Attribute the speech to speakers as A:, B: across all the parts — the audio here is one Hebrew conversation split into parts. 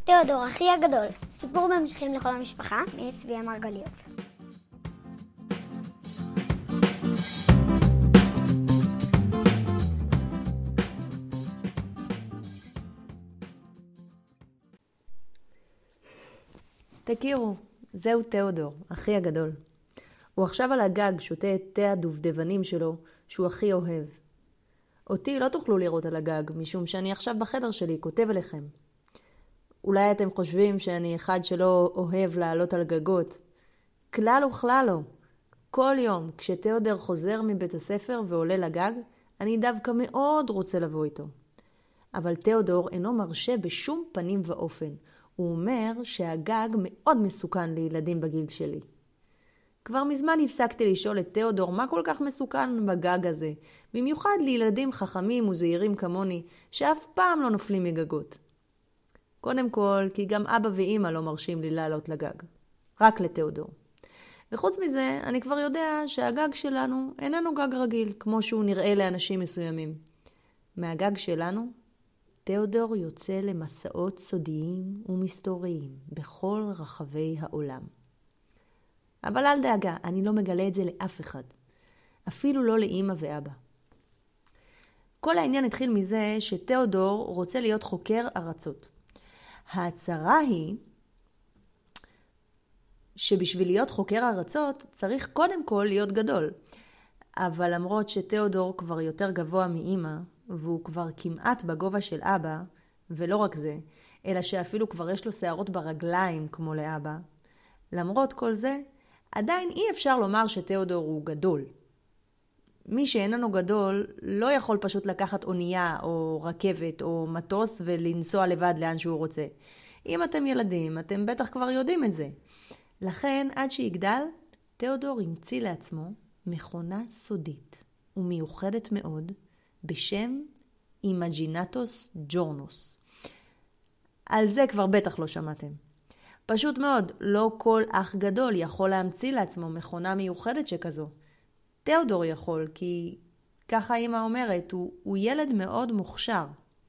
A: תיאודור, אחי הגדול. סיפור בהמשכים לכל המשפחה, מאת צבי המרגליות.
B: תכירו, זהו תיאודור, אחי הגדול. הוא עכשיו על הגג שותה את תה הדובדבנים שלו, שהוא הכי אוהב. אותי לא תוכלו לראות על הגג, משום שאני עכשיו בחדר שלי, כותב אליכם. אולי אתם חושבים שאני אחד שלא אוהב לעלות על גגות. כלל וכלל לא. כל יום, כשתיאודור חוזר מבית הספר ועולה לגג, אני דווקא מאוד רוצה לבוא איתו. אבל תיאודור אינו מרשה בשום פנים ואופן. הוא אומר שהגג מאוד מסוכן לילדים בגיל שלי. כבר מזמן הפסקתי לשאול את תיאודור מה כל כך מסוכן בגג הזה, במיוחד לילדים חכמים וזהירים כמוני, שאף פעם לא נופלים מגגות. קודם כל, כי גם אבא ואמא לא מרשים לי לעלות לגג. רק לתיאודור. וחוץ מזה, אני כבר יודע שהגג שלנו איננו גג רגיל, כמו שהוא נראה לאנשים מסוימים. מהגג שלנו, תיאודור יוצא למסעות סודיים ומסתוריים בכל רחבי העולם. אבל אל דאגה, אני לא מגלה את זה לאף אחד. אפילו לא לאמא ואבא. כל העניין התחיל מזה שתיאודור רוצה להיות חוקר ארצות. ההצהרה היא שבשביל להיות חוקר ארצות צריך קודם כל להיות גדול. אבל למרות שתיאודור כבר יותר גבוה מאמא, והוא כבר כמעט בגובה של אבא, ולא רק זה, אלא שאפילו כבר יש לו שערות ברגליים כמו לאבא, למרות כל זה, עדיין אי אפשר לומר שתיאודור הוא גדול. מי שאיננו גדול לא יכול פשוט לקחת אונייה או רכבת או מטוס ולנסוע לבד לאן שהוא רוצה. אם אתם ילדים, אתם בטח כבר יודעים את זה. לכן, עד שיגדל, תיאודור המציא לעצמו מכונה סודית ומיוחדת מאוד בשם אימג'ינטוס ג'ורנוס. על זה כבר בטח לא שמעתם. פשוט מאוד, לא כל אח גדול יכול להמציא לעצמו מכונה מיוחדת שכזו. תיאודור יכול, כי ככה אמא אומרת, הוא ילד מאוד מוכשר.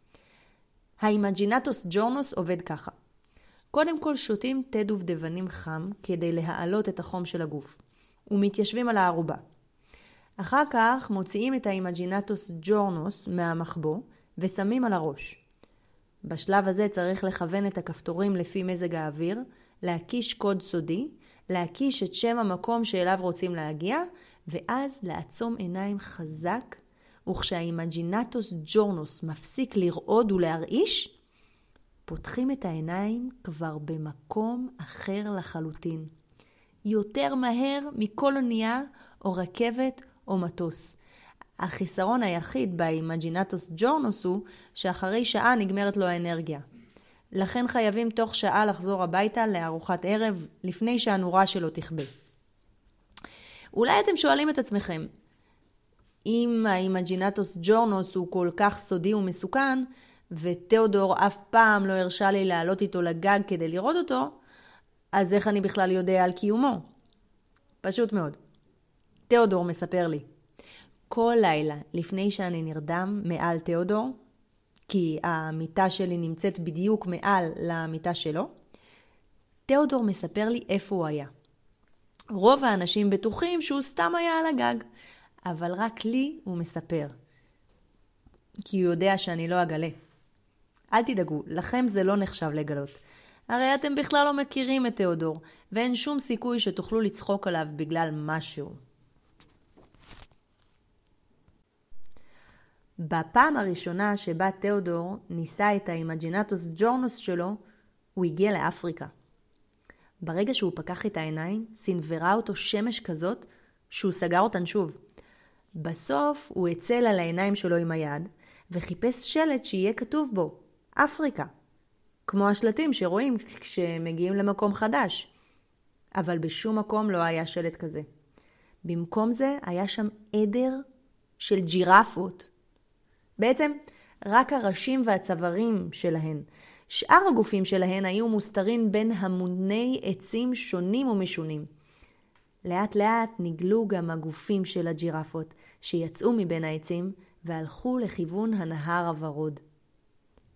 B: האימג'ינטוס ג'ורנוס עובד ככה. קודם כל שותים תה דובדבנים חם כדי להעלות את החום של הגוף, ומתיישבים על הערובה. אחר כך מוציאים את האימג'ינטוס ג'ורנוס מהמחבוא ושמים על הראש. בשלב הזה צריך לכוון את הכפתורים לפי מזג האוויר, להקיש קוד סודי, להקיש את שם המקום שאליו רוצים להגיע, ואז לעצום עיניים חזק, וכשהאימג'ינטוס ג'ורנוס מפסיק לרעוד ולהרעיש, פותחים את העיניים כבר במקום אחר לחלוטין. יותר מהר מכל אונייה או רכבת או מטוס. החיסרון היחיד באימג'ינטוס ג'ורנוס הוא שאחרי שעה נגמרת לו האנרגיה. לכן חייבים תוך שעה לחזור הביתה לארוחת ערב לפני שהנורה שלו תכבה. אולי אתם שואלים את עצמכם, אם האימג'ינטוס ג'ורנוס הוא כל כך סודי ומסוכן, ותיאודור אף פעם לא הרשה לי לעלות איתו לגג כדי לראות אותו, אז איך אני בכלל יודע על קיומו? פשוט מאוד. תיאודור מספר לי. כל לילה לפני שאני נרדם מעל תיאודור, כי המיטה שלי נמצאת בדיוק מעל למיטה שלו, תיאודור מספר לי איפה הוא היה. רוב האנשים בטוחים שהוא סתם היה על הגג, אבל רק לי הוא מספר. כי הוא יודע שאני לא אגלה. אל תדאגו, לכם זה לא נחשב לגלות. הרי אתם בכלל לא מכירים את תיאודור, ואין שום סיכוי שתוכלו לצחוק עליו בגלל משהו. בפעם הראשונה שבה תיאודור ניסה את האימג'ינטוס ג'ורנוס שלו, הוא הגיע לאפריקה. ברגע שהוא פקח את העיניים, סנברה אותו שמש כזאת שהוא סגר אותן שוב. בסוף הוא הצל על העיניים שלו עם היד, וחיפש שלט שיהיה כתוב בו, אפריקה. כמו השלטים שרואים כשמגיעים למקום חדש. אבל בשום מקום לא היה שלט כזה. במקום זה היה שם עדר של ג'ירפות. בעצם רק הראשים והצווארים שלהן. שאר הגופים שלהן היו מוסתרים בין המוני עצים שונים ומשונים. לאט לאט נגלו גם הגופים של הג'ירפות שיצאו מבין העצים והלכו לכיוון הנהר הוורוד.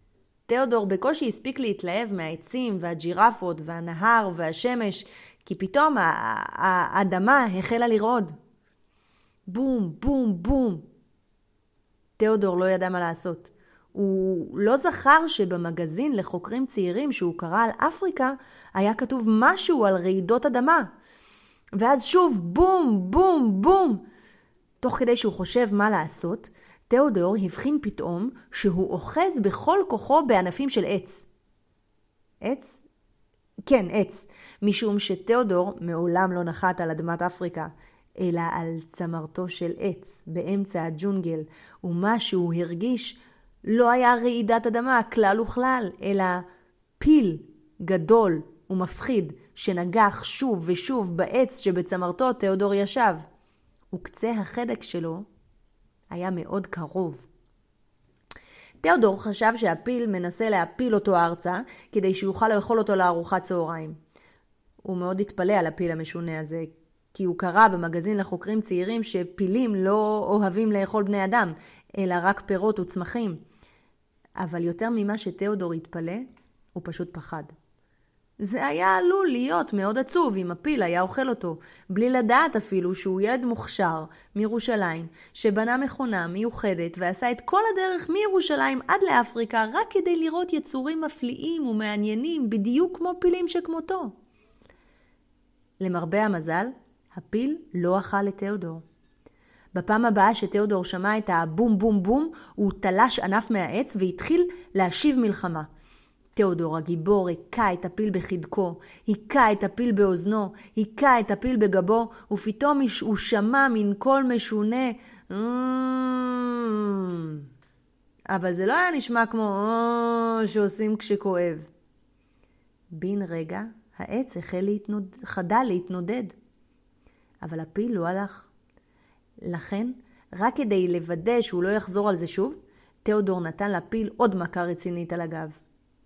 B: תיאודור בקושי הספיק להתלהב מהעצים והג'ירפות והנהר והשמש, כי פתאום האדמה החלה לרעוד. בום, בום, בום. תיאודור לא ידע מה לעשות. הוא לא זכר שבמגזין לחוקרים צעירים שהוא קרא על אפריקה, היה כתוב משהו על רעידות אדמה. ואז שוב בום, בום, בום. תוך כדי שהוא חושב מה לעשות, תיאודור הבחין פתאום שהוא אוחז בכל כוחו בענפים של עץ. עץ? כן, עץ. משום שתיאודור מעולם לא נחת על אדמת אפריקה, אלא על צמרתו של עץ באמצע הג'ונגל, ומה שהוא הרגיש לא היה רעידת אדמה כלל וכלל, אלא פיל גדול ומפחיד שנגח שוב ושוב בעץ שבצמרתו תיאודור ישב. וקצה החדק שלו היה מאוד קרוב. תיאודור חשב שהפיל מנסה להפיל אותו ארצה כדי שיוכל לאכול אותו לארוחת צהריים. הוא מאוד התפלא על הפיל המשונה הזה, כי הוא קרא במגזין לחוקרים צעירים שפילים לא אוהבים לאכול בני אדם, אלא רק פירות וצמחים. אבל יותר ממה שתיאודור התפלא, הוא פשוט פחד. זה היה עלול להיות מאוד עצוב אם הפיל היה אוכל אותו, בלי לדעת אפילו שהוא ילד מוכשר מירושלים, שבנה מכונה מיוחדת ועשה את כל הדרך מירושלים עד לאפריקה רק כדי לראות יצורים מפליאים ומעניינים בדיוק כמו פילים שכמותו. למרבה המזל, הפיל לא אכל את תיאודור. בפעם הבאה שתיאודור שמע את הבום בום בום, הוא תלש ענף מהעץ והתחיל להשיב מלחמה. תיאודור הגיבור היקע את הפיל בחדקו, היקע את הפיל באוזנו, היקע את הפיל בגבו, ופתאום הוא שמע מן קול משונה. אבל זה לא היה נשמע כמו שעושים כשכואב. בן רגע העץ חדל להתנודד. אבל הפיל לא הלך. לכן, רק כדי לוודא שהוא לא יחזור על זה שוב, תיאודור נתן לפיל עוד מכה רצינית על הגב.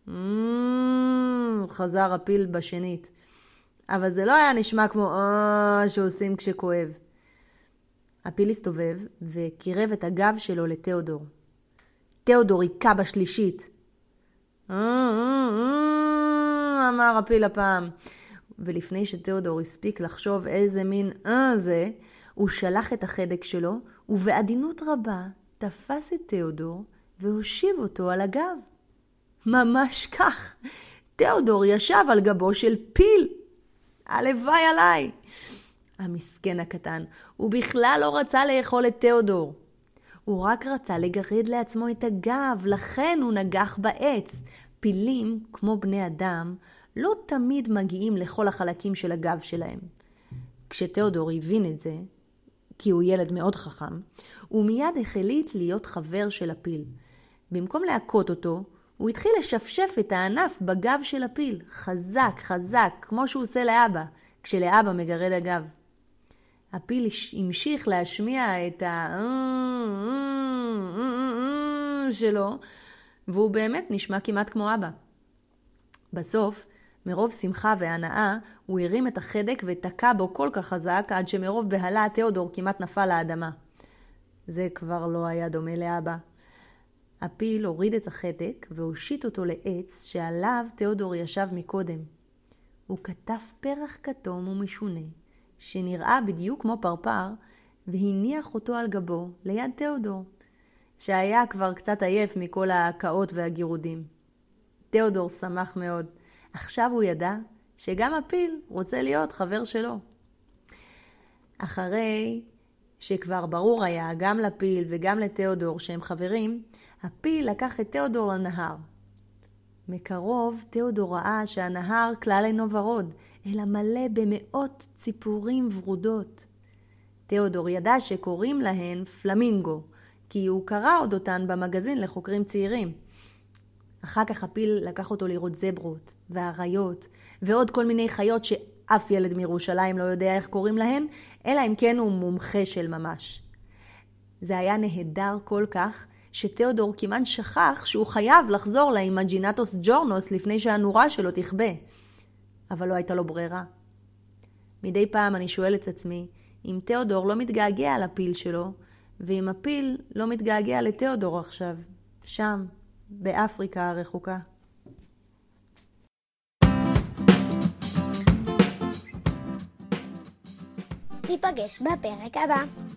B: חזר הפיל בשנית. אבל זה לא היה נשמע כמו שעושים כשכואב. הפיל הסתובב וקירב את הגב שלו לתיאודור. תיאודור היקע בשלישית. אמר הפיל הפעם. ולפני שתיאודור הספיק לחשוב איזה מין זה, הוא שלח את החדק שלו, ובעדינות רבה תפס את תיאודור והושיב אותו על הגב. ממש כך. תיאודור ישב על גבו של פיל. הלוואי עליי. המסכן הקטן, הוא בכלל לא רצה לאכול את תיאודור. הוא רק רצה לגרד לעצמו את הגב, לכן הוא נגח בעץ. פילים, כמו בני אדם, לא תמיד מגיעים לכל החלקים של הגב שלהם. כשתיאודור הבין את זה, כי הוא ילד מאוד חכם, הוא מיד החליט להיות חבר של הפיל. במקום להכות אותו, הוא התחיל לשפשף את הענף בגב של הפיל, חזק, חזק, כמו שהוא עושה לאבא, כשלאבא מגרד הגב. הפיל המשיך להשמיע את שלו, והוא באמת נשמע כמעט כמו אבא. בסוף, מרוב שמחה והנאה, הוא הרים את החדק ותקע בו כל כך חזק, עד שמרוב בהלה תיאודור כמעט נפל לאדמה. זה כבר לא היה דומה לאבא. הפיל הוריד את החדק והושיט אותו לעץ שעליו תיאודור ישב מקודם. הוא כתף פרח כתום ומשונה, שנראה בדיוק כמו פרפר, והניח אותו על גבו ליד תיאודור, שהיה כבר קצת עייף מכל ההקאות והגירודים. תיאודור שמח מאוד. עכשיו הוא ידע שגם הפיל רוצה להיות חבר שלו. אחרי שכבר ברור היה גם לפיל וגם לתיאודור שהם חברים, הפיל לקח את תיאודור לנהר. מקרוב תיאודור ראה שהנהר כלל אינו ורוד, אלא מלא במאות ציפורים ורודות. תיאודור ידע שקוראים להן פלמינגו, כי הוא קרא עוד אותן במגזין לחוקרים צעירים. אחר כך הפיל לקח אותו לראות זברות ואריות ועוד כל מיני חיות שאף ילד מירושלים לא יודע איך קוראים להן, אלא אם כן הוא מומחה של ממש. זה היה נהדר כל כך שתיאודור כמעט שכח שהוא חייב לחזור לאימג'ינטוס ג'ורנוס לפני שהנורה שלו תכבה. אבל לא הייתה לו ברירה. מדי פעם אני שואלת את עצמי אם תיאודור לא מתגעגע לפיל שלו, ואם הפיל לא מתגעגע לתיאודור עכשיו, שם, באפריקה הרחוקה.
A: ניפגש בפרק הבא.